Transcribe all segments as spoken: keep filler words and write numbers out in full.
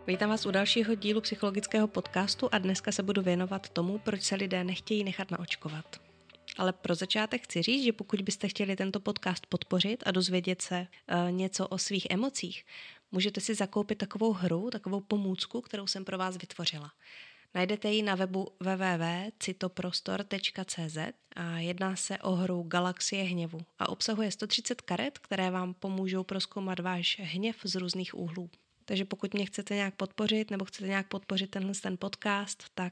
Vítám vás u dalšího dílu psychologického podcastu a dneska se budu věnovat tomu, proč se lidé nechtějí nechat naočkovat. Ale pro začátek chci říct, že pokud byste chtěli tento podcast podpořit a dozvědět se uh, něco o svých emocích, můžete si zakoupit takovou hru, takovou pomůcku, kterou jsem pro vás vytvořila. Najdete ji na webu w w w tečka citoprostor tečka c z a jedná se o hru Galaxie hněvu a obsahuje sto třicet karet, které vám pomůžou prozkoumat váš hněv z různých úhlů. Takže pokud mě chcete nějak podpořit nebo chcete nějak podpořit tenhle ten podcast, tak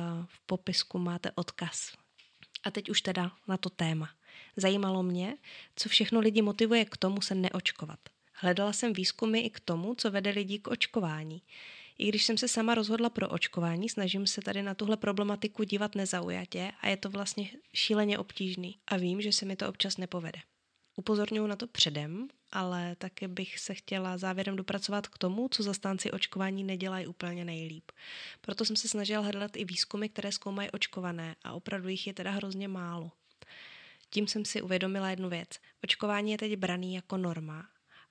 v popisku máte odkaz. A teď už teda na to téma. Zajímalo mě, co všechno lidi motivuje k tomu se neočkovat. Hledala jsem výzkumy i k tomu, co vede lidi k očkování. I když jsem se sama rozhodla pro očkování, snažím se tady na tuhle problematiku dívat nezaujatě a je to vlastně šíleně obtížný. A vím, že se mi to občas nepovede. Upozorňuji na to předem, ale taky bych se chtěla závěrem dopracovat k tomu, co zastánci očkování nedělají úplně nejlíp. Proto jsem se snažila hledat i výzkumy, které zkoumají očkované a opravdu jich je teda hrozně málo. Tím jsem si uvědomila jednu věc. Očkování je teď braný jako norma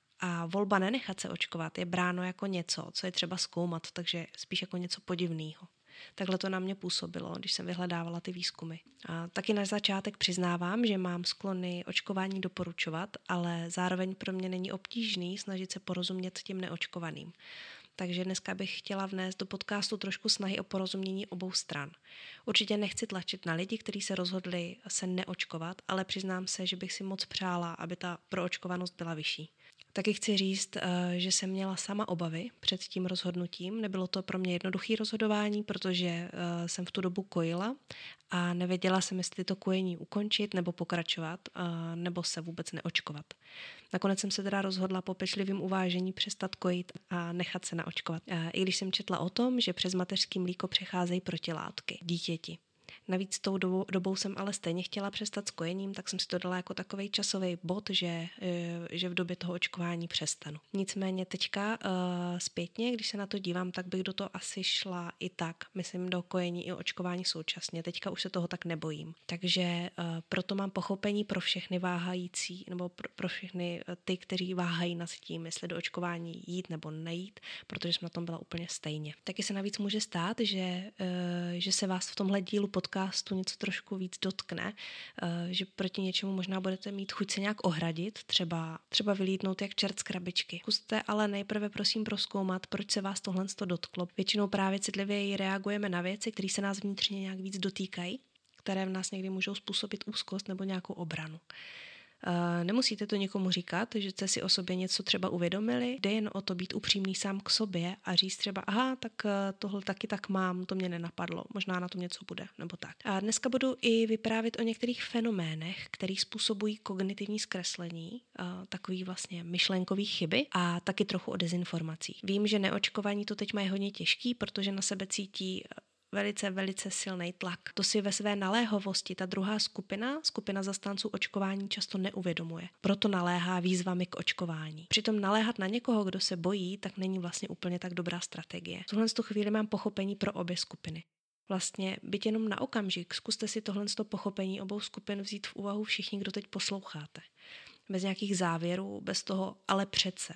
a volba nenechat se očkovat je bráno jako něco, co je třeba zkoumat, takže spíš jako něco podivného. Takhle to na mě působilo, když jsem vyhledávala ty výzkumy. A taky na začátek přiznávám, že mám sklony očkování doporučovat, ale zároveň pro mě není obtížný snažit se porozumět těm neočkovaným. Takže dneska bych chtěla vnést do podcastu trošku snahy o porozumění obou stran. Určitě nechci tlačit na lidi, kteří se rozhodli se neočkovat, ale přiznám se, že bych si moc přála, aby ta proočkovanost byla vyšší. Taky chci říct, že jsem měla sama obavy před tím rozhodnutím. Nebylo to pro mě jednoduché rozhodování, protože jsem v tu dobu kojila a nevěděla jsem, jestli to kojení ukončit nebo pokračovat, nebo se vůbec neočkovat. Nakonec jsem se teda rozhodla po pečlivém uvážení přestat kojit a nechat se naočkovat. I když jsem četla o tom, že přes mateřský mlíko přecházejí protilátky dítěti. Navíc tou dobou, dobou jsem ale stejně chtěla přestat s kojením, tak jsem si to dala jako takovej časový bod, že, že v době toho očkování přestanu. Nicméně teďka uh, zpětně, když se na to dívám, tak bych do toho asi šla i tak, myslím do kojení i očkování současně. Teďka už se toho tak nebojím. Takže uh, proto mám pochopení pro všechny váhající, nebo pro, pro všechny ty, kteří váhají nad tím, jestli do očkování jít nebo nejít, protože jsem na tom byla úplně stejně. Taky se navíc může stát, že, uh, že se vás v tomhle dílu podcastu něco trošku víc dotkne, že proti něčemu možná budete mít chuť se nějak ohradit, třeba, třeba vylítnout jak čert z krabičky. Zkuste ale nejprve prosím prozkoumat, proč se vás tohle dotklo. Většinou právě citlivěji reagujeme na věci, které se nás vnitřně nějak víc dotýkají, které v nás někdy můžou způsobit úzkost nebo nějakou obranu. Uh, nemusíte to někomu říkat, že jste si o sobě něco třeba uvědomili, jde jen o to být upřímný sám k sobě a říct třeba, aha, tak uh, tohle taky tak mám, to mě nenapadlo, možná na tom něco bude, nebo tak. A dneska budu i vyprávět o některých fenoménech, které způsobují kognitivní zkreslení, uh, takový vlastně myšlenkový chyby a taky trochu o dezinformacích. Vím, že neočkovaní to teď mají hodně těžký, protože na sebe cítí velice, velice silný tlak. To si ve své naléhovosti ta druhá skupina, skupina zastánců očkování často neuvědomuje. Proto naléhá výzvami k očkování. Přitom naléhat na někoho, kdo se bojí, tak není vlastně úplně tak dobrá strategie. V tuhle chvíli mám pochopení pro obě skupiny. Vlastně byť jenom na okamžik, zkuste si tohle pochopení obou skupin vzít v úvahu všichni, kdo teď posloucháte. Bez nějakých závěrů, bez toho ale přece.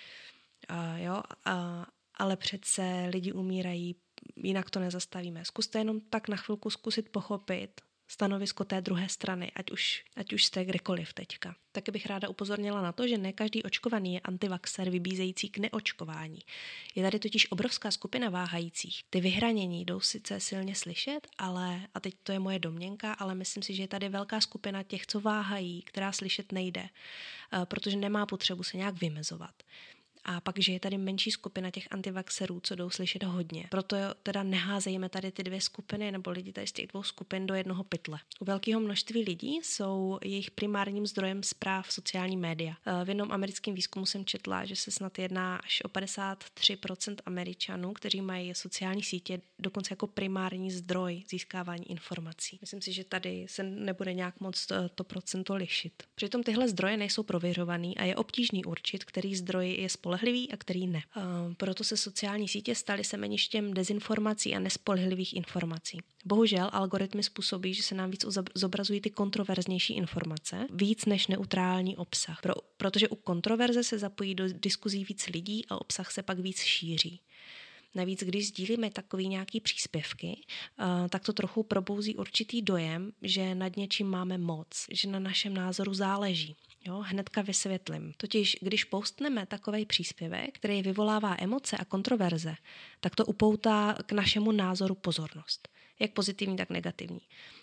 Uh, jo, uh, ale přece lidi umírají, jinak to nezastavíme. Zkuste jenom tak na chvilku zkusit pochopit stanovisko té druhé strany, ať už, ať už jste kdekoliv teďka. Taky bych ráda upozornila na to, že ne každý očkovaný je antivaxer vybízející k neočkování. Je tady totiž obrovská skupina váhajících. Ty vyhranění jdou sice silně slyšet, ale, a teď to je moje domněnka, ale myslím si, že je tady velká skupina těch, co váhají, která slyšet nejde, protože nemá potřebu se nějak vymezovat. A pak, že je tady menší skupina těch antivaxerů, co jdou slyšet hodně. Proto teda neházejme tady ty dvě skupiny nebo lidi tady z těch dvou skupin do jednoho pytle. U velkého množství lidí jsou jejich primárním zdrojem zpráv sociální média. V jednom americkém výzkumu jsem četla, že se snad jedná až o padesát tři procent Američanů, kteří mají sociální sítě dokonce jako primární zdroj získávání informací. Myslím si, že tady se nebude nějak moc to procento lišit. Přitom tyhle zdroje nejsou prověřovaný a je obtížný určit, který zdroj je spolehlivý a který ne. Proto se sociální sítě staly semeništěm dezinformací a nespolehlivých informací. Bohužel algoritmy způsobí, že se nám víc zobrazují ty kontroverznější informace, víc než neutrální obsah. Pro, protože u kontroverze se zapojí do diskuzí víc lidí a obsah se pak víc šíří. Navíc, když sdílíme takový nějaký příspěvky, tak to trochu probouzí určitý dojem, že nad něčím máme moc, že na našem názoru záleží. Jo, hnedka vysvětlím. Totiž, když postneme takovej příspěvek, který vyvolává emoce a kontroverze, tak to upoutá k našemu názoru pozornost. Jak pozitivní, tak negativní.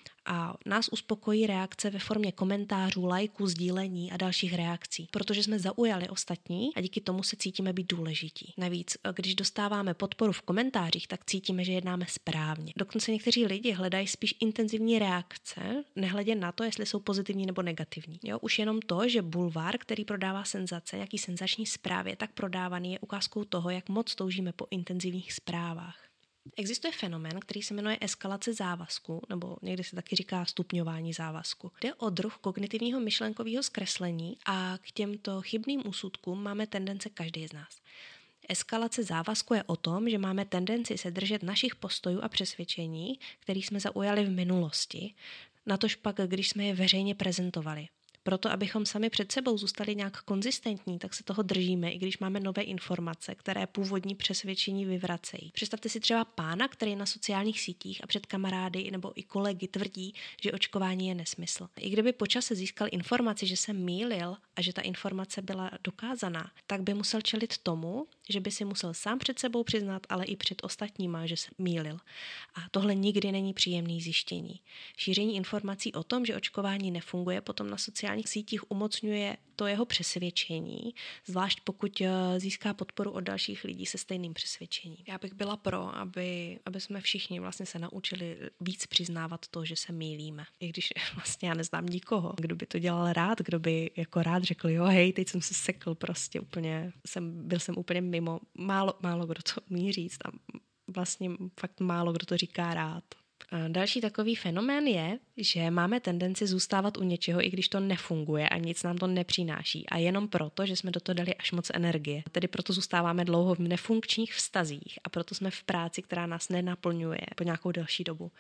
A nás uspokojí reakce ve formě komentářů, lajků, sdílení a dalších reakcí, protože jsme zaujali ostatní a díky tomu se cítíme být důležití. Navíc, když dostáváme podporu v komentářích, tak cítíme, že jednáme správně. Dokonce někteří lidi hledají spíš intenzivní reakce, nehledě na to, jestli jsou pozitivní nebo negativní. Jo, už jenom to, že bulvár, který prodává senzace, nějaký senzační zprávy, je tak prodávaný, je ukázkou toho, jak moc toužíme po intenzivních zprávách. Existuje fenomén, který se jmenuje eskalace závazku, nebo někdy se taky říká stupňování závazku. Jde o druh kognitivního myšlenkového zkreslení a k těmto chybným úsudkům máme tendence každý z nás. Eskalace závazku je o tom, že máme tendenci se držet našich postojů a přesvědčení, které jsme zaujali v minulosti, natož pak, když jsme je veřejně prezentovali. Proto, abychom sami před sebou zůstali nějak konzistentní, tak se toho držíme, i když máme nové informace, které původní přesvědčení vyvracejí. Představte si třeba pána, který na sociálních sítích a před kamarády nebo i kolegy tvrdí, že očkování je nesmysl. I kdyby po čase získal informaci, že se mýlil a že ta informace byla dokázaná, tak by musel čelit tomu, že by si musel sám před sebou přiznat, ale i před ostatníma, že se mýlil. A tohle nikdy není příjemné zjištění. Šíření informací o tom, že očkování nefunguje, potom na sociálních sítích umocňuje to jeho přesvědčení, zvlášť pokud získá podporu od dalších lidí se stejným přesvědčením. Já bych byla pro, aby, aby jsme všichni vlastně se naučili víc přiznávat to, že se mýlíme. I když vlastně já neznám nikoho, kdo by to dělal rád, kdo by jako rád řekl, jo, hej, teď jsem se sekl prostě úplně, jsem, byl jsem úplně mimo. Málo, málo kdo to umí říct a vlastně fakt málo kdo to říká rád. Další takový fenomén je, že máme tendenci zůstávat u něčeho, i když to nefunguje a nic nám to nepřináší. A jenom proto, že jsme do toho dali až moc energie. Tedy proto zůstáváme dlouho v nefunkčních vztazích a proto jsme v práci, která nás nenaplňuje po nějakou delší dobu.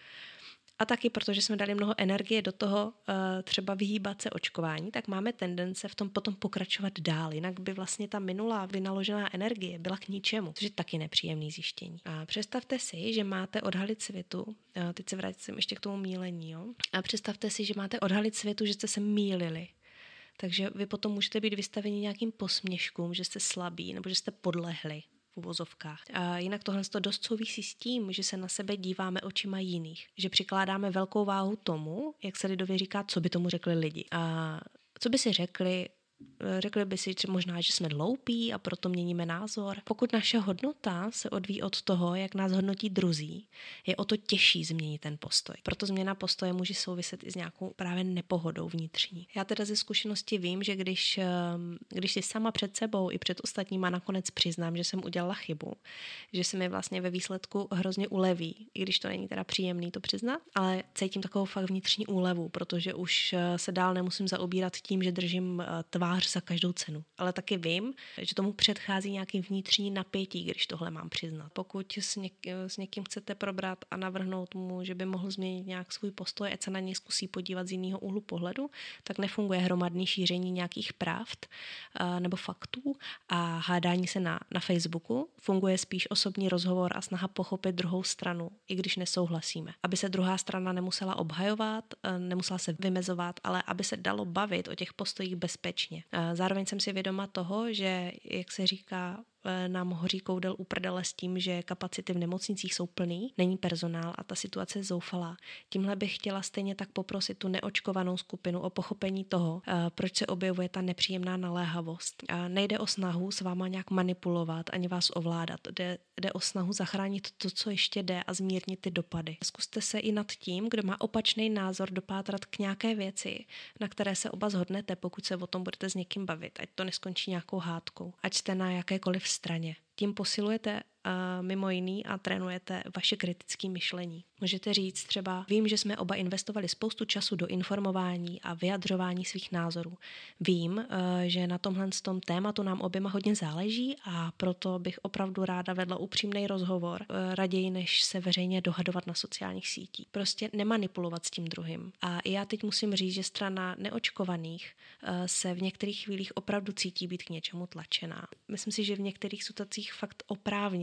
A taky protože jsme dali mnoho energie do toho třeba vyhýbat se očkování, tak máme tendence v tom potom pokračovat dál. Jinak by vlastně ta minulá vynaložená energie byla k ničemu, což je taky nepříjemný zjištění. A představte si, že máte odhalit světu, teď se vrátím ještě k tomu mýlení, jo? A představte si, že máte odhalit světu, že jste se mýlili. Takže vy potom můžete být vystaveni nějakým posměškům, že jste slabí nebo že jste podlehli v uvozovkách. A jinak tohle to dost souvisí s tím, že se na sebe díváme očima jiných, že přikládáme velkou váhu tomu, jak se lidově říká, co by tomu řekli lidi. A co by si řekli, řekli by si možná, že jsme hloupí a proto měníme názor. Pokud naše hodnota se odvíjí od toho, jak nás hodnotí druzí, je o to těžší změnit ten postoj. Proto změna postoje může souviset i s nějakou právě nepohodou vnitřní. Já teda ze zkušenosti vím, že když, když si sama před sebou i před ostatníma nakonec přiznám, že jsem udělala chybu, že se mi vlastně ve výsledku hrozně uleví, i když to není teda příjemný to přiznat, ale cítím takovou fakt vnitřní úlevu, protože už se dál nemusím zaobírat tím, že držím tvář za každou cenu. Ale taky vím, že tomu předchází nějaký vnitřní napětí, když tohle mám přiznat. Pokud s, něk- s někým chcete probrat a navrhnout mu, že by mohl změnit nějak svůj postoj, ať se na něj zkusí podívat z jiného úhlu pohledu, tak nefunguje hromadné šíření nějakých pravd uh, nebo faktů a hádání se na, na Facebooku. Funguje spíš osobní rozhovor a snaha pochopit druhou stranu, i když nesouhlasíme. Aby se druhá strana nemusela obhajovat, uh, nemusela se vymezovat, ale aby se dalo bavit o těch postojích bezpečně. Zároveň jsem si vědoma toho, že, jak se říká, nám hoří koudel u prdele s tím, že kapacity v nemocnicích jsou plný, není personál a ta situace je zoufalá. Tímhle bych chtěla stejně tak poprosit tu neočkovanou skupinu o pochopení toho, proč se objevuje ta nepříjemná naléhavost. Nejde o snahu s váma nějak manipulovat ani vás ovládat. Jde, jde o snahu zachránit to, co ještě jde a zmírnit ty dopady. Zkuste se i nad tím, kdo má opačný názor, dopátrat k nějaké věci, na které se oba shodnete, pokud se o tom budete s někým bavit, ať to neskončí nějakou hádkou, ať jste na jakékoliv straně. Tím posilujete uh, mimo jiný a trénujete vaše kritické myšlení. Můžete říct třeba, vím, že jsme oba investovali spoustu času do informování a vyjadřování svých názorů. Vím, uh, že na tomhle tom tématu nám oběma hodně záleží a proto bych opravdu ráda vedla upřímný rozhovor, uh, raději než se veřejně dohadovat na sociálních sítích. Prostě nemanipulovat s tím druhým. A já teď musím říct, že strana neočkovaných uh, se v některých chvílích opravdu cítí být k něčemu tlačená. Myslím si, že v některých situacích fakt oprávněně,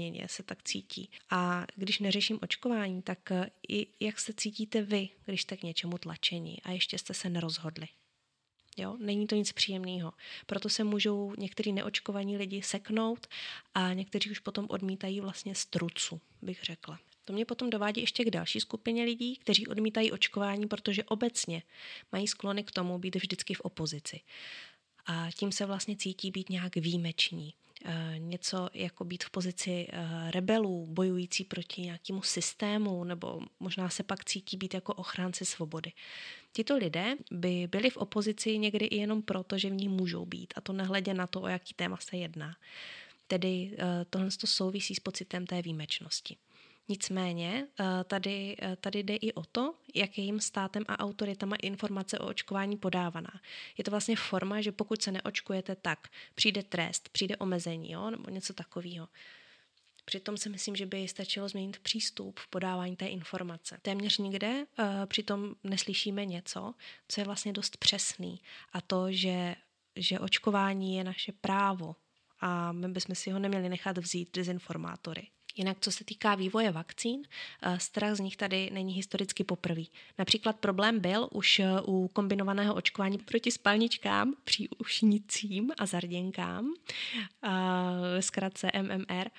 zraněně se tak cítí. A když neřeším očkování, tak i jak se cítíte vy, když jste k něčemu tlačení a ještě jste se nerozhodli. Jo? Není to nic příjemného. Proto se můžou některý neočkovaní lidi seknout a někteří už potom odmítají vlastně z trucu, bych řekla. To mě potom dovádí ještě k další skupině lidí, kteří odmítají očkování, protože obecně mají sklony k tomu být vždycky v opozici. A tím se vlastně cítí být nějak výjimeční. E, něco jako být v pozici e, rebelů, bojující proti nějakému systému, nebo možná se pak cítí být jako ochránci svobody. Tito lidé by byli v opozici někdy i jenom proto, že v ní můžou být, a to nehledě na to, o jaký téma se jedná. Tedy e, tohle souvisí s pocitem té výjimečnosti. Nicméně tady, tady jde i o to, jak je jim státem a autoritama informace o očkování podávaná. Je to vlastně forma, že pokud se neočkujete, tak přijde trest, přijde omezení, jo? Nebo něco takového. Přitom si myslím, že by stačilo změnit přístup v podávání té informace. Téměř nikde uh, přitom neslyšíme něco, co je vlastně dost přesný. A to, že, že očkování je naše právo a my bychom si ho neměli nechat vzít dezinformátory. Jinak, co se týká vývoje vakcín, strach z nich tady není historicky poprvé. Například problém byl už u kombinovaného očkování proti spalničkám, příušnicím a zarděnkám, ve zkratce M M R.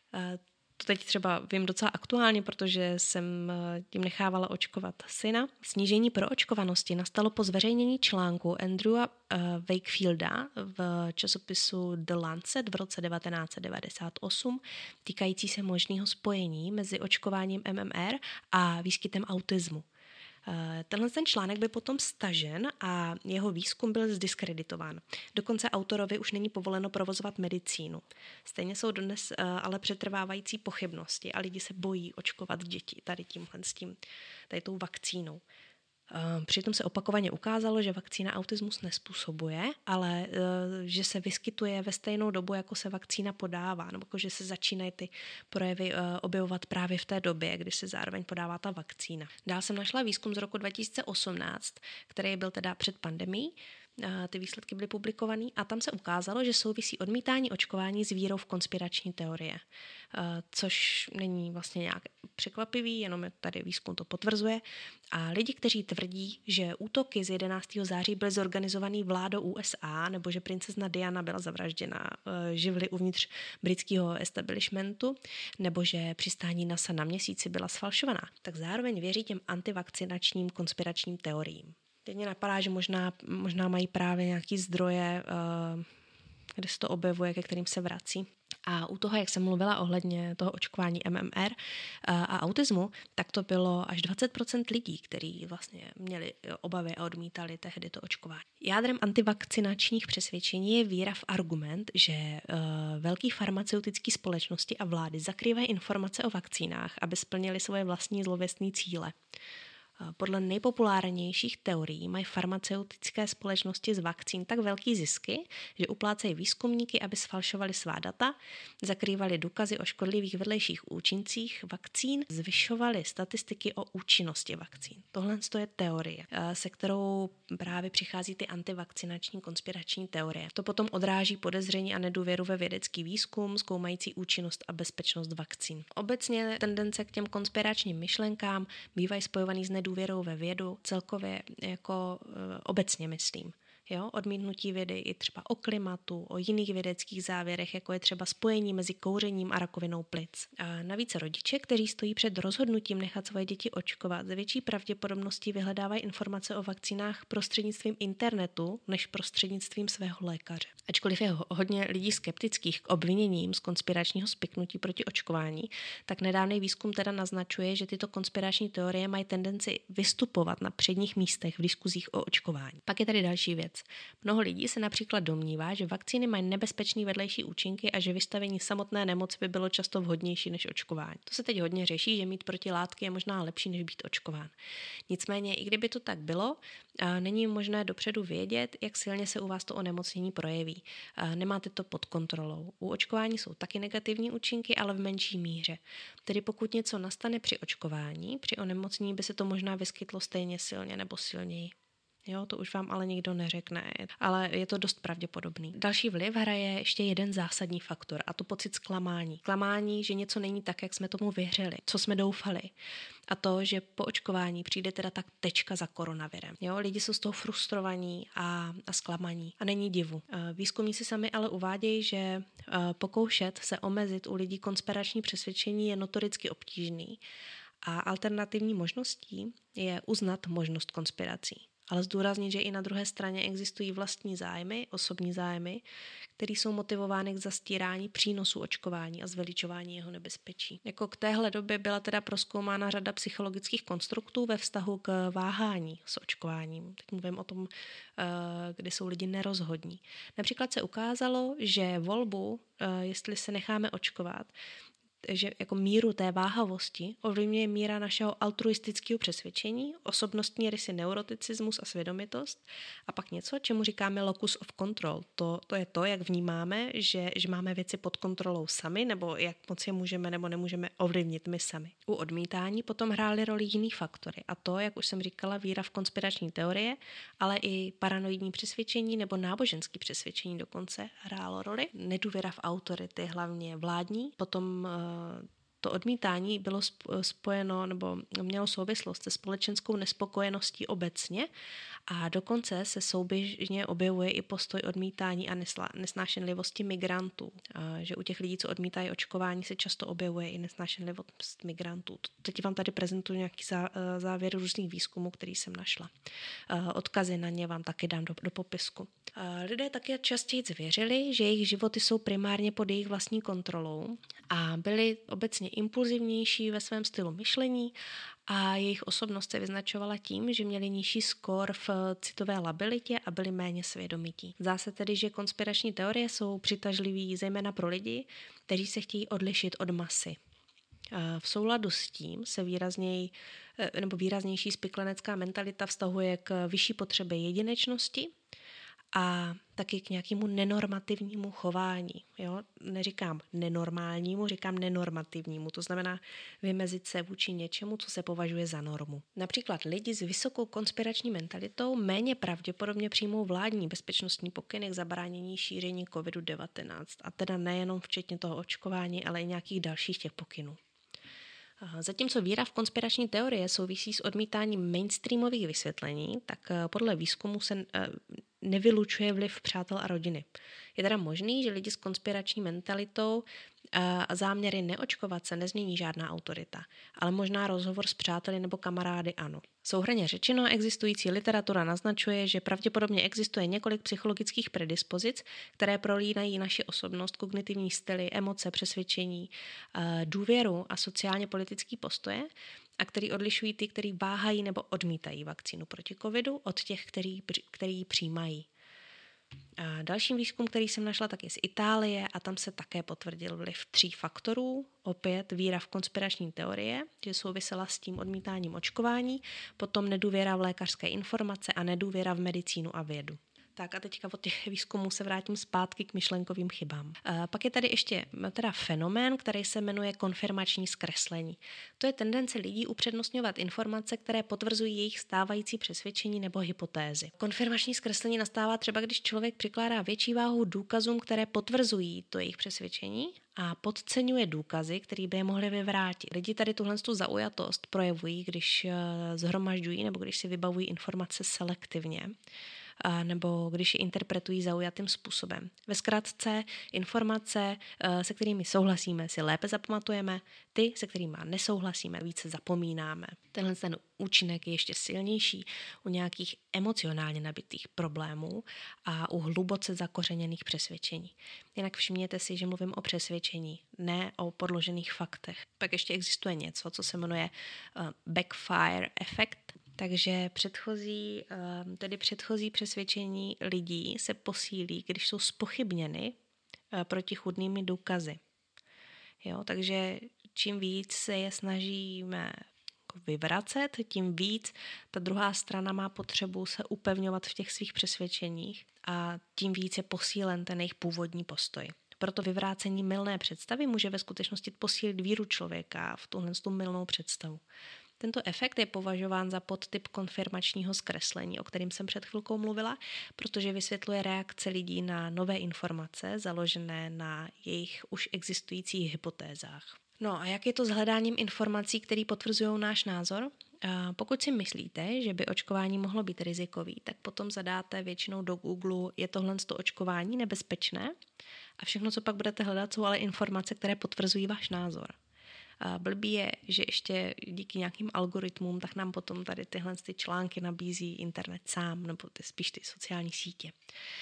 To teď třeba vím docela aktuálně, protože jsem tím nechávala očkovat syna. Snížení proočkovanosti nastalo po zveřejnění článku Andrewa Wakefielda v časopisu The Lancet v roce devatenáct set devadesát osm týkající se možného spojení mezi očkováním M M R a výskytem autismu. Tenhle ten článek byl potom stažen a jeho výzkum byl zdiskreditován. Dokonce autorovi už není povoleno provozovat medicínu. Stejně jsou dnes ale přetrvávající pochybnosti a lidi se bojí očkovat děti tady tímhle s tím, tady tou vakcínou. Přitom se opakovaně ukázalo, že vakcína autismus nezpůsobuje, ale že se vyskytuje ve stejnou dobu, jako se vakcína podává, nebo jako, že se začínají ty projevy objevovat právě v té době, kdy se zároveň podává ta vakcína. Dál jsem našla výzkum z roku dva tisíce osmnáct, který byl teda před pandemií. Ty výsledky byly publikované a tam se ukázalo, že souvisí odmítání očkování s vírou v konspirační teorie, což není vlastně nějak překvapivý, jenom tady výzkum to potvrzuje. A lidi, kteří tvrdí, že útoky z jedenáctého září byly zorganizovaný vládou U S A nebo že princezna Diana byla zavražděna živly uvnitř britského establishmentu nebo že přistání NASA na měsíci byla sfalšovaná, tak zároveň věří těm antivakcinačním konspiračním teoriím. Teď mě napadá, že možná, možná mají právě nějaký zdroje, kde se to objevuje, ke kterým se vrací. A u toho, jak jsem mluvila ohledně toho očkování M M R a autismu, tak to bylo až dvacet procent lidí, kteří vlastně měli obavy a odmítali tehdy to očkování. Jádrem antivakcinačních přesvědčení je víra v argument, že velké farmaceutické společnosti a vlády zakrývají informace o vakcínách, aby splnili svoje vlastní zlověstné cíle. Podle nejpopulárnějších teorií mají farmaceutické společnosti z vakcín tak velký zisky, že uplácejí výzkumníky, aby sfalšovali svá data, zakrývali důkazy o škodlivých vedlejších účincích vakcín, zvyšovali statistiky o účinnosti vakcín. Tohle je teorie, se kterou právě přichází ty antivakcinační konspirační teorie. To potom odráží podezření a nedůvěru ve vědecký výzkum, zkoumající účinnost a bezpečnost vakcín. Obecně tendence k těm konspiračním myšlenkám bývají spojovaný s nedůvěrou důvěrou ve vědu, celkově jako e, obecně myslím. Jo? Odmítnutí vědy i třeba o klimatu, o jiných vědeckých závěrech, jako je třeba spojení mezi kouřením a rakovinou plic. A navíc rodiče, kteří stojí před rozhodnutím nechat svoje děti očkovat, ze větší pravděpodobností vyhledávají informace o vakcínách prostřednictvím internetu než prostřednictvím svého lékaře. Ačkoliv je hodně lidí skeptických k obviněním z konspiračního spiknutí proti očkování, tak nedávný výzkum teda naznačuje, že tyto konspirační teorie mají tendenci vystupovat na předních místech v diskuzích o očkování. Pak je tady další věc. Mnoho lidí se například domnívá, že vakcíny mají nebezpečné vedlejší účinky a že vystavení samotné nemoci by bylo často vhodnější než očkování. To se teď hodně řeší, že mít protilátky je možná lepší než být očkován. Nicméně, i kdyby to tak bylo, není možné dopředu vědět, jak silně se u vás to onemocnění projeví. Nemáte to pod kontrolou. U očkování jsou taky negativní účinky, ale v menší míře. Tedy pokud něco nastane při očkování, při onemocnění by se to možná vyskytlo stejně silně nebo silněji. Jo, to už vám ale nikdo neřekne, ale je to dost pravděpodobný. Další vliv hraje ještě jeden zásadní faktor, a to pocit zklamání. Zklamání, že něco není tak, jak jsme tomu věřili, co jsme doufali. A to, že po očkování přijde teda tak tečka za koronavirem. Jo, lidi jsou z toho frustrovaní a, a zklamaní. A není divu. Výzkumníci sami ale uvádějí, že pokoušet se omezit u lidí konspirační přesvědčení je notoricky obtížný. A alternativní možností je uznat možnost konspirací. Ale zdůraznit, že i na druhé straně existují vlastní zájmy, osobní zájmy, které jsou motivovány k zastírání přínosu očkování a zveličování jeho nebezpečí. Jako k téhle době byla teda prozkoumána řada psychologických konstruktů ve vztahu k váhání s očkováním. Teď mluvím o tom, kdy jsou lidi nerozhodní. Například se ukázalo, že volbu, jestli se necháme očkovat, že jako míru té váhavosti ovlivňuje míra našeho altruistického přesvědčení, osobnostní rysy neuroticismus a svědomitost a pak něco, čemu říkáme locus of control. To, to je to, jak vnímáme, že, že máme věci pod kontrolou sami, nebo jak moc je můžeme nebo nemůžeme ovlivnit my sami. U odmítání potom hrály roli jiný faktory a to, jak už jsem říkala, víra v konspirační teorie, ale i paranoidní přesvědčení nebo náboženské přesvědčení dokonce hrálo roli. Nedůvěra v autority, hlavně vládní, potom to odmítání bylo spojeno nebo mělo souvislost se společenskou nespokojeností obecně a dokonce se souběžně objevuje i postoj odmítání a nesnášenlivosti migrantů. A že u těch lidí, co odmítají očkování, se často objevuje i nesnášenlivost migrantů. Teď vám tady prezentuji nějaký závěr různých výzkumů, který jsem našla. Odkazy na ně vám taky dám do, do popisku. Lidé také častěji věřili, že jejich životy jsou primárně pod jejich vlastní kontrolou a byli obecně impulzivnější ve svém stylu myšlení a jejich osobnost se vyznačovala tím, že měli nižší skór v citové labilitě a byli méně svědomití. Zdá se tedy, že konspirační teorie jsou přitažlivý zejména pro lidi, kteří se chtějí odlišit od masy. V souladu s tím se výrazněj, nebo výraznější spiklenecká mentalita vztahuje k vyšší potřebě jedinečnosti a taky k nějakému nenormativnímu chování. Jo? Neříkám nenormálnímu, říkám nenormativnímu. To znamená vymezit se vůči něčemu, co se považuje za normu. Například lidi s vysokou konspirační mentalitou méně pravděpodobně přijmou vládní bezpečnostní pokyny k zabránění šíření kovid devatenáct. A teda nejenom včetně toho očkování, ale i nějakých dalších těch pokynů. Zatímco víra v konspirační teorie souvisí s odmítáním mainstreamových vysvětlení, tak podle výzkumu se nevylučuje vliv přátel a rodiny. Je teda možný, že lidi s konspirační mentalitou a záměry neočkovat se nezmění žádná autorita, ale možná rozhovor s přáteli nebo kamarády ano. Souhrnně řečeno, existující literatura naznačuje, že pravděpodobně existuje několik psychologických predispozic, které prolínají naši osobnost, kognitivní styly, emoce, přesvědčení, důvěru a sociálně politický postoje, a který odlišují ty, kteří váhají nebo odmítají vakcínu proti covidu od těch, který, který ji přijímají. A dalším výzkum, který jsem našla, tak je z Itálie a tam se také potvrdil vliv tří faktorů. Opět víra v konspirační teorie, že souvisela s tím odmítáním očkování, potom nedůvěra v lékařské informace a nedůvěra v medicínu a vědu. Tak a teďka od těch výzkumů se vrátím zpátky k myšlenkovým chybám. A pak je tady ještě teda fenomén, který se jmenuje konfirmační zkreslení. To je tendence lidí upřednostňovat informace, které potvrzují jejich stávající přesvědčení nebo hypotézy. Konfirmační zkreslení nastává třeba, když člověk přikládá větší váhu důkazům, které potvrzují to jejich přesvědčení a podceňuje důkazy, které by je mohly vyvrátit. Lidi tady tuhle zaujatost projevují, když zhromažďují nebo když si vybavují informace selektivně, nebo když je interpretují zaujatým způsobem. Ve zkratce informace, se kterými souhlasíme, si lépe zapamatujeme, ty, se kterými nesouhlasíme, více zapomínáme. Tenhle ten účinek je ještě silnější u nějakých emocionálně nabitých problémů a u hluboce zakořeněných přesvědčení. Jinak všimněte si, že mluvím o přesvědčení, ne o podložených faktech. Pak ještě existuje něco, co se jmenuje backfire efekt. Takže předchozí, tedy předchozí přesvědčení lidí se posílí, když jsou zpochybněny protichůdnými důkazy. Jo, takže čím víc se je snažíme vyvracet, tím víc ta druhá strana má potřebu se upevňovat v těch svých přesvědčeních a tím víc je posílen ten jejich původní postoj. Proto vyvrácení mylné představy může ve skutečnosti posílit víru člověka v tuhle tu mylnou představu. Tento efekt je považován za podtyp konfirmačního zkreslení, o kterém jsem před chvilkou mluvila, protože vysvětluje reakce lidí na nové informace založené na jejich už existujících hypotézách. No a jak je to s hledáním informací, které potvrzují náš názor? Pokud si myslíte, že by očkování mohlo být rizikový, tak potom zadáte většinou do Google, je tohle to očkování nebezpečné? A všechno, co pak budete hledat, jsou ale informace, které potvrzují váš názor. A blbý je, že ještě díky nějakým algoritmům, tak nám potom tady tyhle ty články nabízí internet sám, nebo ty, spíš ty sociální sítě.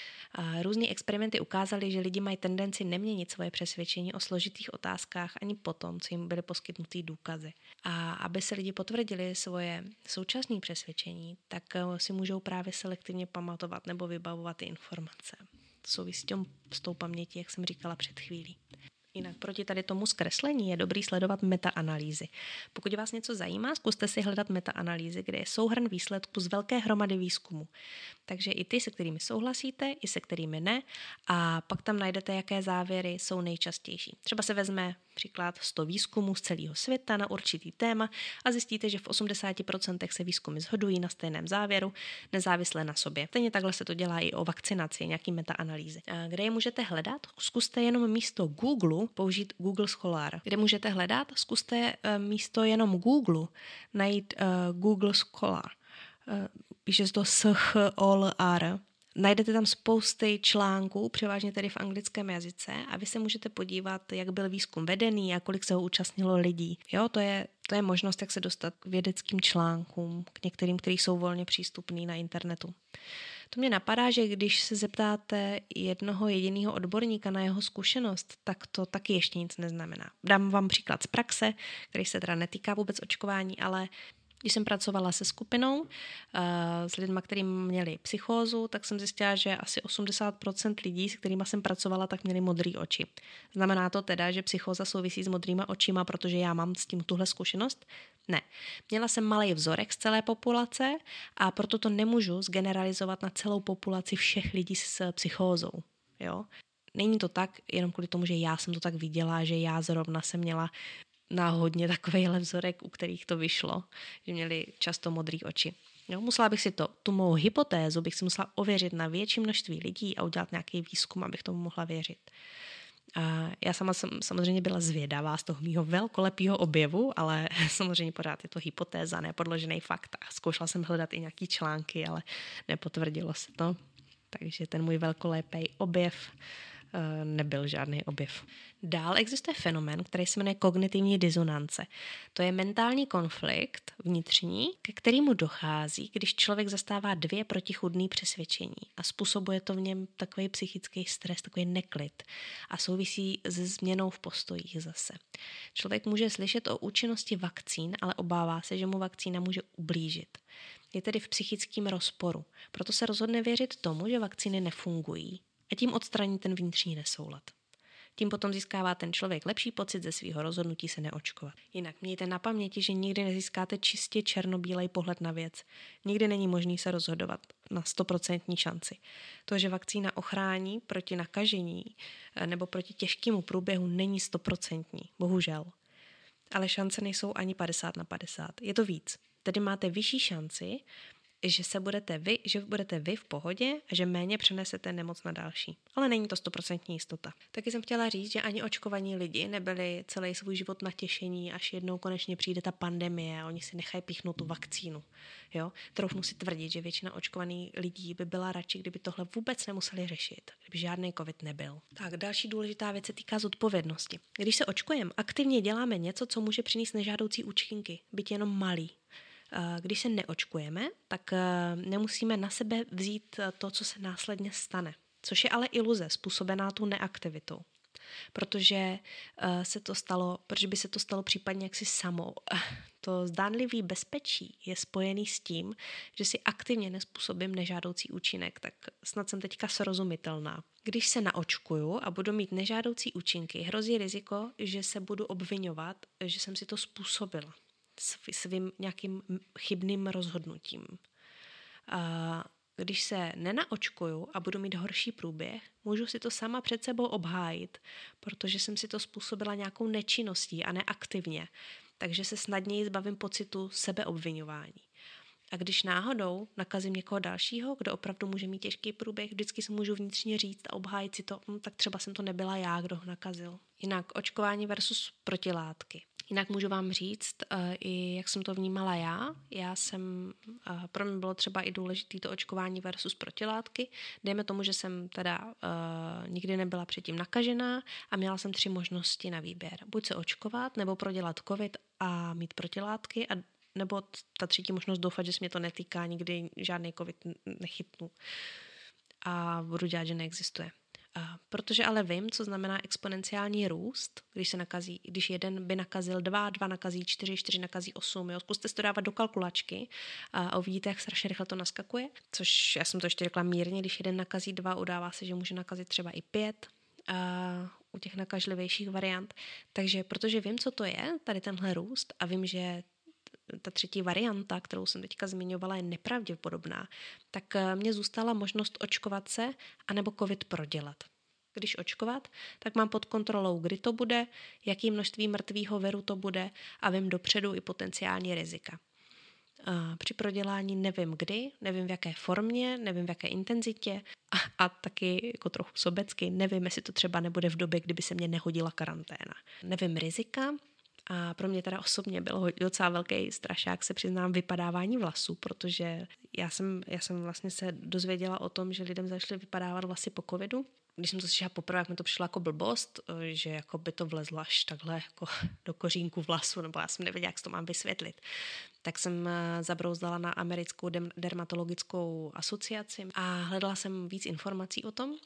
A různý experimenty ukázaly, že lidi mají tendenci neměnit svoje přesvědčení o složitých otázkách ani potom, co jim byly poskytnuty důkazy. A aby se lidi potvrdili svoje současné přesvědčení, tak si můžou právě selektivně pamatovat nebo vybavovat ty informace. To souvisí s tou pamětí, jak jsem říkala před chvílí. Jinak proti tady tomu zkreslení je dobrý sledovat metaanalýzy. Pokud vás něco zajímá, zkuste si hledat metaanalýzy, kde je souhrn výsledků z velké hromady výzkumu. Takže i ty, se kterými souhlasíte, i se kterými ne, a pak tam najdete, jaké závěry jsou nejčastější. Třeba se vezme příklad sto výzkumů z celého světa na určitý téma a zjistíte, že v osmdesáti procentech se výzkumy shodují na stejném závěru, nezávisle na sobě. Stejně takhle se to dělá i o vakcinaci, nějaký metaanalýzy. A kde je můžete hledat? Zkuste jenom místo Google použít Google Scholar. Kde můžete hledat? Zkuste místo jenom Google najít uh, Google Scholar. Uh, píše se to S H O L R. Najdete tam spousty článků, převážně tedy v anglickém jazyce, a vy se můžete podívat, jak byl výzkum vedený a kolik se ho účastnilo lidí. Jo, to je, to je možnost, jak se dostat k vědeckým článkům, k některým, který jsou volně přístupný na internetu. To mě napadá, že když se zeptáte jednoho jediného odborníka na jeho zkušenost, tak to taky ještě nic neznamená. Dám vám příklad z praxe, který se teda netýká vůbec očkování, ale když jsem pracovala se skupinou uh, s lidmi, kteří měli psychózu, tak jsem zjistila, že asi osmdesát procent lidí, s kterými jsem pracovala, tak měli modré oči. Znamená to teda, že psychóza souvisí s modrýma očima, protože já mám s tím tuhle zkušenost? Ne. Měla jsem malý vzorek z celé populace a proto to nemůžu zgeneralizovat na celou populaci všech lidí s psychózou. Jo? Není to tak jenom kvůli tomu, že já jsem to tak viděla, že já zrovna jsem měla náhodně takovejhle vzorek, u kterých to vyšlo, že měli často modrý oči. Jo, musela bych si to, tu mou hypotézu bych si musela ověřit na větší množství lidí a udělat nějaký výzkum, abych tomu mohla věřit. A já sama jsem samozřejmě byla zvědavá z toho mýho velkolepého objevu, ale samozřejmě pořád je to hypotéza, nepodložený fakt. A zkoušela jsem hledat i nějaký články, ale nepotvrdilo se to. Takže ten můj velkolepý objev nebyl žádný objev. Dál existuje fenomén, který se jmenuje kognitivní disonance. To je mentální konflikt vnitřní, ke kterému dochází, když člověk zastává dvě protichůdné přesvědčení a způsobuje to v něm takový psychický stres, takový neklid a souvisí se změnou v postojích zase. Člověk může slyšet o účinnosti vakcín, ale obává se, že mu vakcína může ublížit. Je tedy v psychickém rozporu. Proto se rozhodne věřit tomu, že vakcíny nefungují, a tím odstraní ten vnitřní nesoulad. Tím potom získává ten člověk lepší pocit ze svého rozhodnutí se neočkovat. Jinak mějte na paměti, že nikdy nezískáte čistě černobílej pohled na věc. Nikdy není možný se rozhodovat na stoprocentní šanci. To, že vakcína ochrání proti nakažení nebo proti těžkému průběhu, není stoprocentní, bohužel. Ale šance nejsou ani padesát na padesát. Je to víc. Tedy máte vyšší šanci, že se budete vy, že budete vy v pohodě a že méně přenesete nemoc na další. Ale není to stoprocentní jistota. Taky jsem chtěla říct, že ani očkovaní lidi nebyli celý svůj život natěšení, až jednou konečně přijde ta pandemie a oni si nechají píchnout tu vakcínu. Jo? Troufnu si tvrdit, že většina očkovaných lidí by byla radši, kdyby tohle vůbec nemuseli řešit, kdyby žádný covid nebyl. Tak další důležitá věc se týká zodpovědnosti. Když se očkujeme, aktivně děláme něco, co může přinést nežádoucí účinky, byť jenom malý. Když se neočkujeme, tak nemusíme na sebe vzít to, co se následně stane. Což je ale iluze, způsobená tu neaktivitou. Protože se to stalo, protože by se to stalo případně jaksi samo. To zdánlivý bezpečí je spojený s tím, že si aktivně nezpůsobím nežádoucí účinek, tak snad jsem teďka srozumitelná. Když se naočkuju a budu mít nežádoucí účinky, hrozí riziko, že se budu obviňovat, že jsem si to způsobila svým nějakým chybným rozhodnutím. A když se nenaočkuju a budu mít horší průběh, můžu si to sama před sebou obhájit, protože jsem si to způsobila nějakou nečinností a neaktivně. takže se snadněji zbavím pocitu sebeobviňování. A když náhodou nakazím někoho dalšího, kdo opravdu může mít těžký průběh, vždycky si můžu vnitřně říct a obhájit si to, hm, tak třeba jsem to nebyla já, kdo ho nakazil. Jinak očkování versus protilátky. Jinak můžu vám říct, uh, i jak jsem to vnímala já. Já jsem, uh, pro mě bylo třeba i důležité to očkování versus protilátky. Dejme tomu, že jsem teda uh, nikdy nebyla předtím nakažená a měla jsem tři možnosti na výběr. Buď se očkovat, nebo prodělat covid a mít protilátky, a nebo ta třetí možnost doufat, že se mě to netýká, nikdy žádný covid nechytnu a budu dělat, že neexistuje. A protože ale vím, co znamená exponenciální růst, když se nakazí, když jeden by nakazil dva, dva nakazí čtyři, čtyři nakazí osm. Jo? Zkuste si to dávat do kalkulačky a uvidíte, jak strašně rychle to naskakuje. Což já jsem to ještě řekla mírně, když jeden nakazí dva, udává se, že může nakazit třeba i pět a u těch nakažlivějších variant. Takže protože vím, co to je, tady tenhle růst, a vím, že ta třetí varianta, kterou jsem teďka zmiňovala, je nepravděpodobná, tak mě zůstala možnost očkovat se anebo covid prodělat. Když očkovat, tak mám pod kontrolou, kdy to bude, jaký množství mrtvýho viru to bude a vím dopředu i potenciální rizika. A při prodělání nevím kdy, nevím v jaké formě, nevím v jaké intenzitě a, a taky jako trochu sobecky nevím, jestli to třeba nebude v době, kdyby se mě nehodila karanténa. Nevím rizika. A pro mě teda osobně bylo docela velký strašák, se přiznám, vypadávání vlasů, protože já jsem, já jsem vlastně se dozvěděla o tom, že lidem začaly vypadávat vlasy po covidu. Když jsem to slyšela poprvé, jak mi to přišlo jako blbost, že jako by to vlezlo až takhle jako do kořínku vlasu, nebo já jsem nevěděla, jak to mám vysvětlit. Tak jsem zabrouzdala na americkou dermatologickou asociaci a hledala jsem víc informací o tom.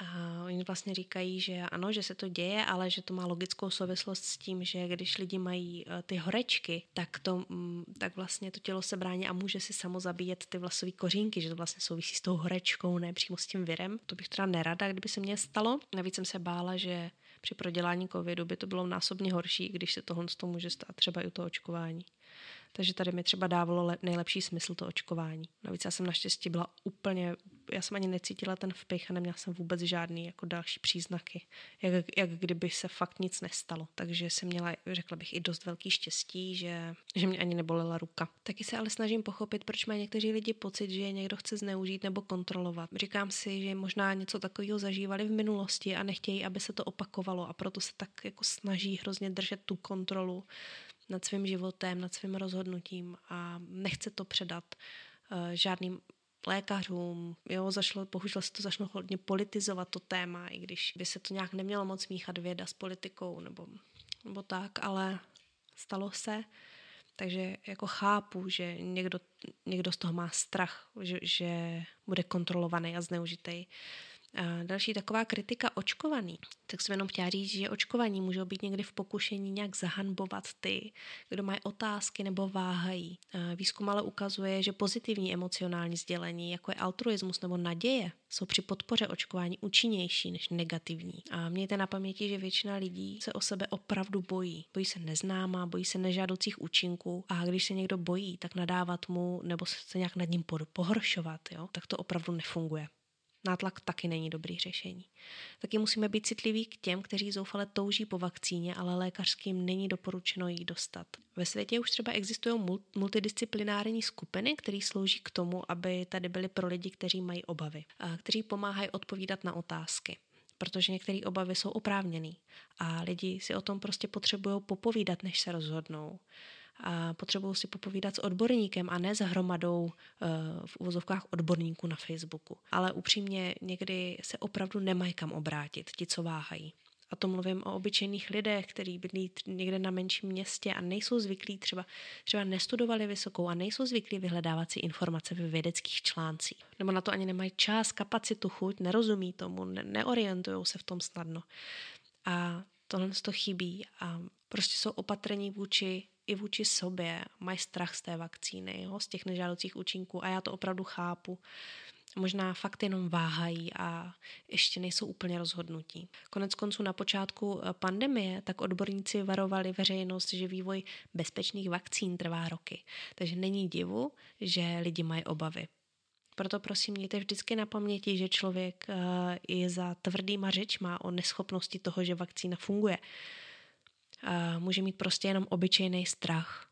A oni vlastně říkají, že ano, že se to děje, ale že to má logickou souvislost s tím, že když lidi mají ty horečky, tak, to, tak vlastně to tělo se brání a může si samo zabíjet ty vlasové kořínky, že to vlastně souvisí s tou horečkou, ne přímo s tím virem. To bych teda nerada, kdyby se mně stalo. Navíc jsem se bála, že při prodělání covidu by to bylo násobně horší, když se tohle to může stát třeba i u toho očkování. Takže tady mi třeba dávalo le- nejlepší smysl to očkování. Navíc já jsem naštěstí byla úplně, já jsem ani necítila ten vpich a neměla jsem vůbec žádný jako další příznaky, jak, jak kdyby se fakt nic nestalo. Takže jsem měla, řekla bych, i dost velký štěstí, že, že mě ani nebolela ruka. Taky se ale snažím pochopit, proč mají někteří lidi pocit, že je někdo chce zneužít nebo kontrolovat. Říkám si, že možná něco takového zažívali v minulosti a nechtějí, aby se to opakovalo, a proto se tak jako snaží hrozně držet tu kontrolu nad svým životem, nad svým rozhodnutím a nechce to předat uh, žádným lékařům. Jo, zašlo, bohužel se to začalo hodně politizovat to téma, i když by se to nějak nemělo moc míchat věda s politikou nebo, nebo tak, ale stalo se. Takže jako chápu, že někdo, někdo z toho má strach, že, že bude kontrolovaný a zneužitej. A další taková kritika očkovaný. Tak jsem jenom chtěla říct, že očkovaní můžou být někdy v pokušení nějak zahanbovat ty, kdo mají otázky nebo váhají. A výzkum ale ukazuje, že pozitivní emocionální sdělení, jako je altruismus nebo naděje, jsou při podpoře očkování účinnější než negativní. A mějte na paměti, že většina lidí se o sebe opravdu bojí. Bojí se neznáma, bojí se nežádoucích účinků, a když se někdo bojí, tak nadávat mu nebo se nějak nad ním pohoršovat, jo, tak to opravdu nefunguje. Nátlak taky není dobrý řešení. Taky musíme být citliví k těm, kteří zoufale touží po vakcíně, ale lékařským není doporučeno jí dostat. Ve světě už třeba existují multidisciplinární skupiny, které slouží k tomu, aby tady byly pro lidi, kteří mají obavy, a kteří pomáhají odpovídat na otázky. Protože některé obavy jsou oprávněné a lidi si o tom prostě potřebují popovídat, než se rozhodnou. A potřebují si popovídat s odborníkem a ne s hromadou uh, v uvozovkách odborníků na Facebooku. Ale upřímně někdy se opravdu nemají kam obrátit, ti, co váhají. A to mluvím o obyčejných lidech, kteří bydlí někde na menším městě a nejsou zvyklí, třeba, třeba nestudovali vysokou a nejsou zvyklí vyhledávat si informace ve vědeckých článcích. Nebo na to ani nemají čas, kapacitu, chuť, nerozumí tomu, ne- neorientují se v tom snadno. A tohle to chybí a prostě jsou opatrní vůči i vůči sobě, mají strach z té vakcíny, jo, z těch nežádoucích účinků, a já to opravdu chápu. Možná fakt jenom váhají a ještě nejsou úplně rozhodnutí. Konec konců na počátku pandemie tak odborníci varovali veřejnost, že vývoj bezpečných vakcín trvá roky. Takže není divu, že lidi mají obavy. Proto prosím, mějte vždycky na paměti, že člověk i za tvrdýma řečma o neschopnosti toho, že vakcína funguje, může mít prostě jenom obyčejný strach.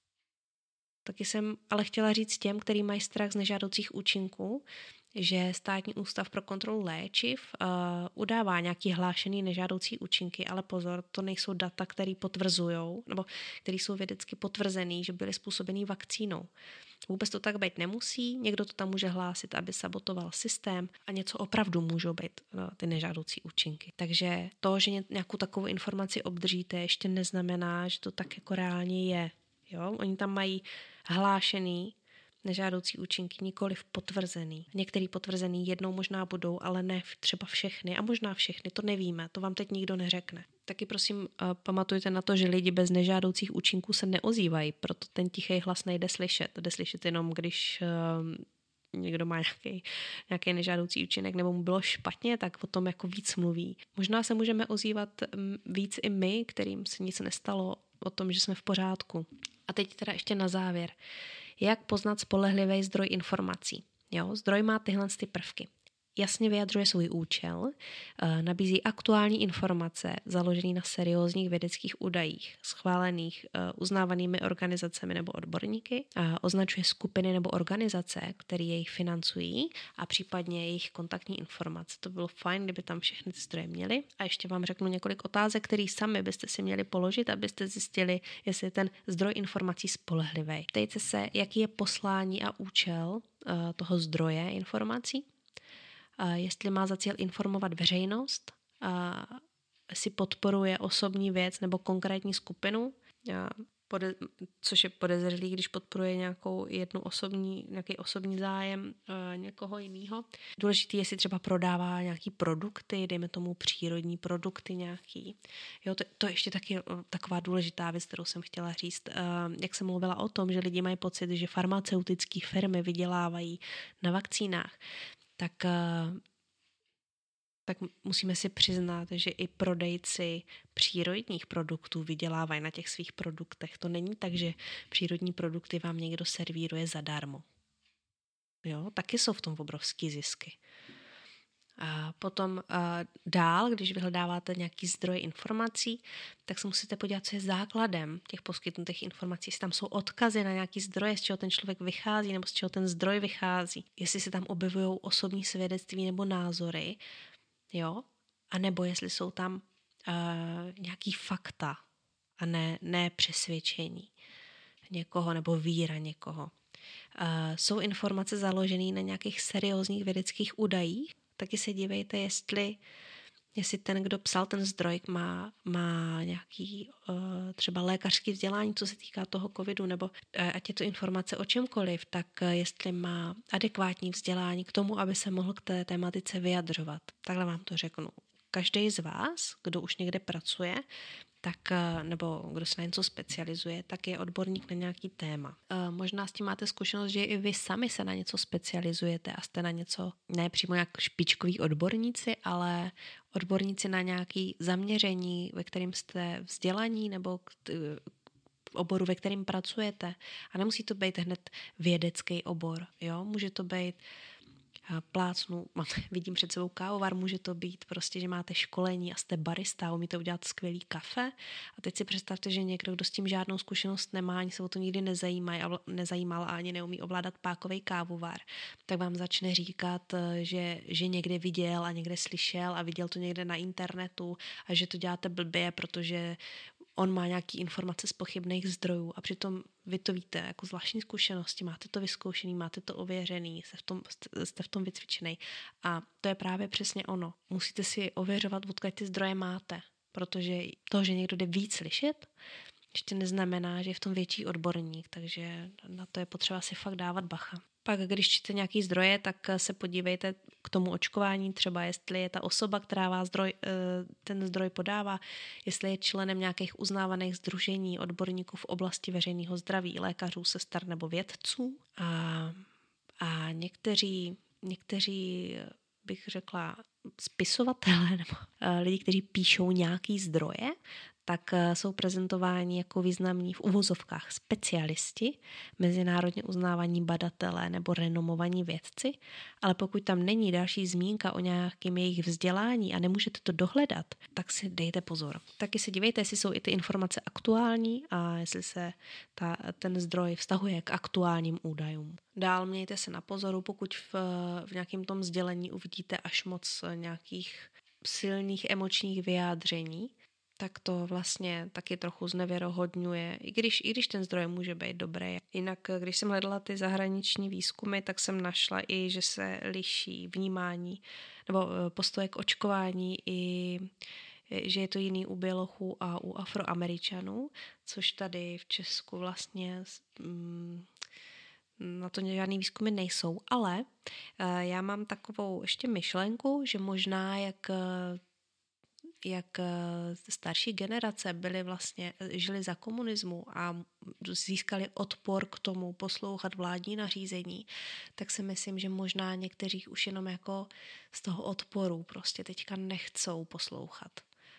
Taky jsem ale chtěla říct těm, kteří mají strach z nežádoucích účinků, že Státní ústav pro kontrolu léčiv uh, udává nějaký hlášený nežádoucí účinky, ale pozor, to nejsou data, které potvrzují, nebo které jsou vědecky potvrzený, že byly způsobený vakcínou. Vůbec to tak být nemusí, někdo to tam může hlásit, aby sabotoval systém a něco opravdu můžou být no, ty nežádoucí účinky. Takže to, že nějakou takovou informaci obdržíte, ještě neznamená, že to tak jako reálně je. Jo? Oni tam mají hlášený nežádoucí účinky, nikoliv potvrzený. Některý potvrzený jednou možná budou, ale ne třeba všechny a možná všechny, to nevíme, to vám teď nikdo neřekne. Taky prosím uh, pamatujte na to, že lidi bez nežádoucích účinků se neozývají, proto ten tichý hlas nejde slyšet. Jde slyšet jenom, když uh, někdo má nějaký, nějaký nežádoucí účinek nebo mu bylo špatně, tak o tom jako víc mluví. Možná se můžeme ozývat um, víc i my, kterým se nic nestalo, o tom, že jsme v pořádku. A teď teda ještě na závěr. Jak poznat spolehlivý zdroj informací? Jo, zdroj má tyhle ty prvky. Jasně vyjadřuje svůj účel, nabízí aktuální informace založené na seriózních vědeckých údajích, schválených uznávanými organizacemi nebo odborníky, označuje skupiny nebo organizace, které jej financují a případně jejich kontaktní informace. To bylo fajn, kdyby tam všechny ty zdroje měli. A ještě vám řeknu několik otázek, které sami byste si měli položit, abyste zjistili, jestli je ten zdroj informací spolehlivý. Ptejte se, jaký je poslání a účel toho zdroje informací, jestli má za cíl informovat veřejnost, jestli podporuje osobní věc nebo konkrétní skupinu, což je podezřelý, když podporuje nějakou jednu osobní, nějaký osobní zájem někoho jiného. Důležitý je, jestli třeba prodává nějaký produkty, dejme tomu přírodní produkty nějaký. Jo, to, to je ještě taky taková důležitá věc, kterou jsem chtěla říct. Jak jsem mluvila o tom, že lidi mají pocit, že farmaceutické firmy vydělávají na vakcínách, tak, tak musíme si přiznat, že i prodejci přírodních produktů vydělávají na těch svých produktech. To není tak, že přírodní produkty vám někdo servíruje zadarmo. Jo, taky jsou v tom obrovský zisky. A potom a dál, když vyhledáváte nějaký zdroj informací, tak se musíte podívat, co je základem těch poskytnutých informací. Jestli tam jsou odkazy na nějaký zdroje, z čeho ten člověk vychází nebo z čeho ten zdroj vychází. Jestli se tam objevují osobní svědectví nebo názory, jo, a nebo jestli jsou tam uh, nějaký fakta a ne, ne přesvědčení někoho nebo víra někoho. Uh, jsou informace založené na nějakých seriózních vědeckých údajích. Taky se dívejte, jestli, jestli ten, kdo psal ten zdroj, má, má nějaký uh, třeba lékařský vzdělání, co se týká toho covidu, nebo uh, ať je to informace o čemkoliv, tak uh, jestli má adekvátní vzdělání k tomu, aby se mohl k té tématice vyjadřovat. Takhle vám to řeknu. Každý z vás, kdo už někde pracuje, tak, nebo kdo se na něco specializuje, tak je odborník na nějaký téma. Možná s tím máte zkušenost, že i vy sami se na něco specializujete a jste na něco, ne přímo jak špičkoví odborníci, ale odborníci na nějaké zaměření, ve kterém jste vzdělaní nebo v oboru, ve kterém pracujete. A nemusí to být hned vědecký obor. Jo? Může to být plácnu, mám, vidím před sebou kávovar, může to být prostě, že máte školení a jste barista, umíte udělat skvělý kafe a teď si představte, že někdo, kdo s tím žádnou zkušenost nemá, ani se o to nikdy nezajímal, nezajímal a ani neumí ovládat pákovej kávovar, tak vám začne říkat, že, že někde viděl a někde slyšel a viděl to někde na internetu a že to děláte blbě, protože on má nějaký informace z pochybných zdrojů a přitom vy to víte jako zvláštní zkušenosti, máte to vyzkoušený, máte to ověřený, jste v tom, jste v tom vycvičený a to je právě přesně ono. Musíte si ověřovat, odkud ty zdroje máte, protože to, že někdo jde víc slyšet, ještě neznamená, že je v tom větší odborník, takže na to je potřeba si fakt dávat bacha. Pak, když čtete nějaký zdroje, tak se podívejte k tomu očkování, třeba jestli je ta osoba, která vás zdroj, ten zdroj podává, jestli je členem nějakých uznávaných sdružení odborníků v oblasti veřejného zdraví, lékařů, sester nebo vědců. A, a někteří, někteří, bych řekla, spisovatelé nebo lidi, kteří píšou nějaký zdroje, tak jsou prezentováni jako významní v uvozovkách specialisti, mezinárodně uznávaní badatelé nebo renomovaní vědci, ale pokud tam není další zmínka o nějakém jejich vzdělání a nemůžete to dohledat, tak si dejte pozor. Taky se dívejte, jestli jsou i ty informace aktuální a jestli se ta, ten zdroj vztahuje k aktuálním údajům. Dál mějte se na pozoru, pokud v, v nějakém tom sdělení uvidíte až moc nějakých silných emočních vyjádření, tak to vlastně taky trochu znevěrohodňuje, i když, i když ten zdroj může být dobrý. Jinak, když jsem hledala ty zahraniční výzkumy, tak jsem našla i, že se liší vnímání nebo postoje k očkování, i že je to jiný u bělochů a u Afroameričanů, což tady v Česku vlastně mm, na to žádný výzkumy nejsou, ale já mám takovou ještě myšlenku, že možná jak jak starší generace byly vlastně, žili za komunismu a získali odpor k tomu poslouchat vládní nařízení, tak si myslím, že možná někteří už jenom jako z toho odporu prostě teďka nechcou poslouchat.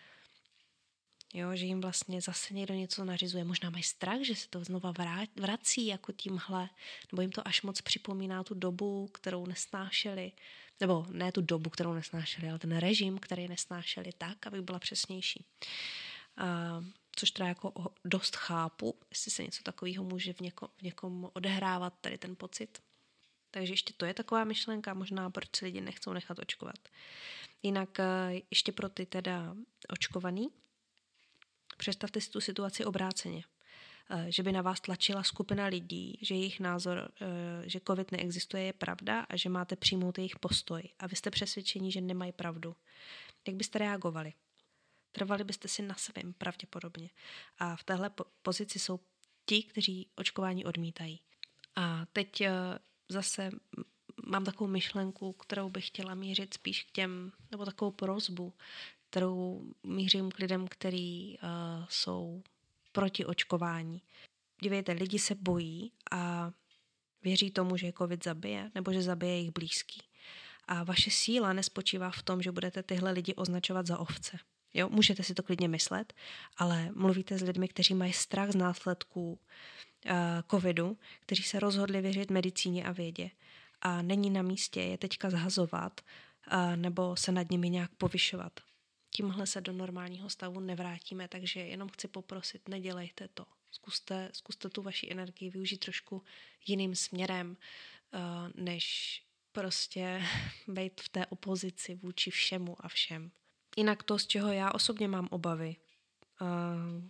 Jo, že jim vlastně zase někdo něco nařizuje. Možná mají strach, že se to znova vrací jako tímhle, nebo jim to až moc připomíná tu dobu, kterou nesnášeli. Nebo ne tu dobu, kterou nesnášeli, ale ten režim, který nesnášeli tak, aby byla přesnější. Uh, což teda jako dost chápu, jestli se něco takového může v, něko, v někom odehrávat, tady ten pocit. Takže ještě to je taková myšlenka, možná proč se lidi nechcou nechat očkovat. Jinak uh, ještě pro ty teda očkovaný, představte si tu situaci obráceně. Že by na vás tlačila skupina lidí, že jejich názor, že covid neexistuje, je pravda a že máte přijmout jejich postoj. A vy jste přesvědčení, že nemají pravdu. Jak byste reagovali? Trvali byste si na svém pravděpodobně. A v téhle pozici jsou ti, kteří očkování odmítají. A teď zase mám takovou myšlenku, kterou bych chtěla mířit spíš k těm, nebo takovou prosbu, kterou mířím k lidem, kteří uh, jsou proti očkování. Dívejte, lidi se bojí a věří tomu, že covid zabije, nebo že zabije jejich blízký. A vaše síla nespočívá v tom, že budete tyhle lidi označovat za ovce. Jo, můžete si to klidně myslet, ale mluvíte s lidmi, kteří mají strach z následků uh, covidu, kteří se rozhodli věřit medicíně a vědě. A není na místě je teďka zhazovat uh, nebo se nad nimi nějak povyšovat. Tímhle se do normálního stavu nevrátíme, takže jenom chci poprosit, nedělejte to. Zkuste, zkuste tu vaši energii využít trošku jiným směrem, uh, než prostě být v té opozici vůči všemu a všem. Jinak to, z čeho já osobně mám obavy, uh,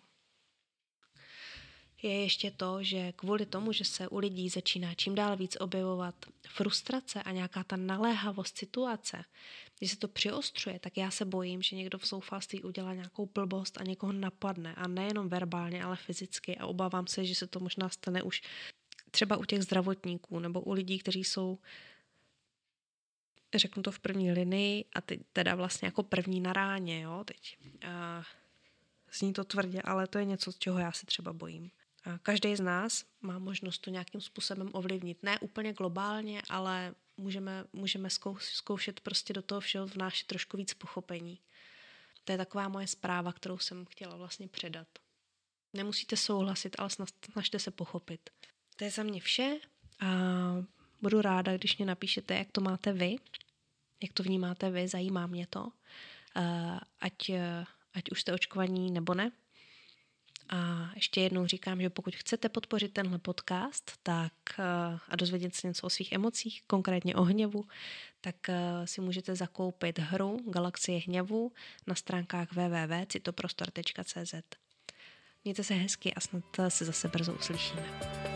je ještě to, že kvůli tomu, že se u lidí začíná čím dál víc objevovat frustrace a nějaká ta naléhavost situace, když se to přiostřuje, tak já se bojím, že někdo v zoufalství udělá nějakou blbost a někoho napadne. A nejenom verbálně, ale fyzicky. A obávám se, že se to možná stane už třeba u těch zdravotníků nebo u lidí, kteří jsou, řeknu to v první linii a teď teda vlastně jako první na ráně, jo, teď. Uh, zní to tvrdě, ale to je něco, z čeho já se třeba bojím. Každý z nás má možnost to nějakým způsobem ovlivnit. Ne úplně globálně, ale můžeme, můžeme zkoušet prostě do toho všeho vnášet trošku víc pochopení. To je taková moje zpráva, kterou jsem chtěla vlastně předat. Nemusíte souhlasit, ale snažte se pochopit. To je za mě vše a budu ráda, když mě napíšete, jak to máte vy, jak to vnímáte vy, zajímá mě to, ať, ať už jste očkovaní nebo ne. A ještě jednou říkám, že pokud chcete podpořit tenhle podcast tak, a dozvědět se něco o svých emocích, konkrétně o hněvu, tak si můžete zakoupit hru Galaxie hněvu na stránkách w w w tečka citoprostor tečka c z. Mějte se hezky a snad se zase brzo uslyšíme.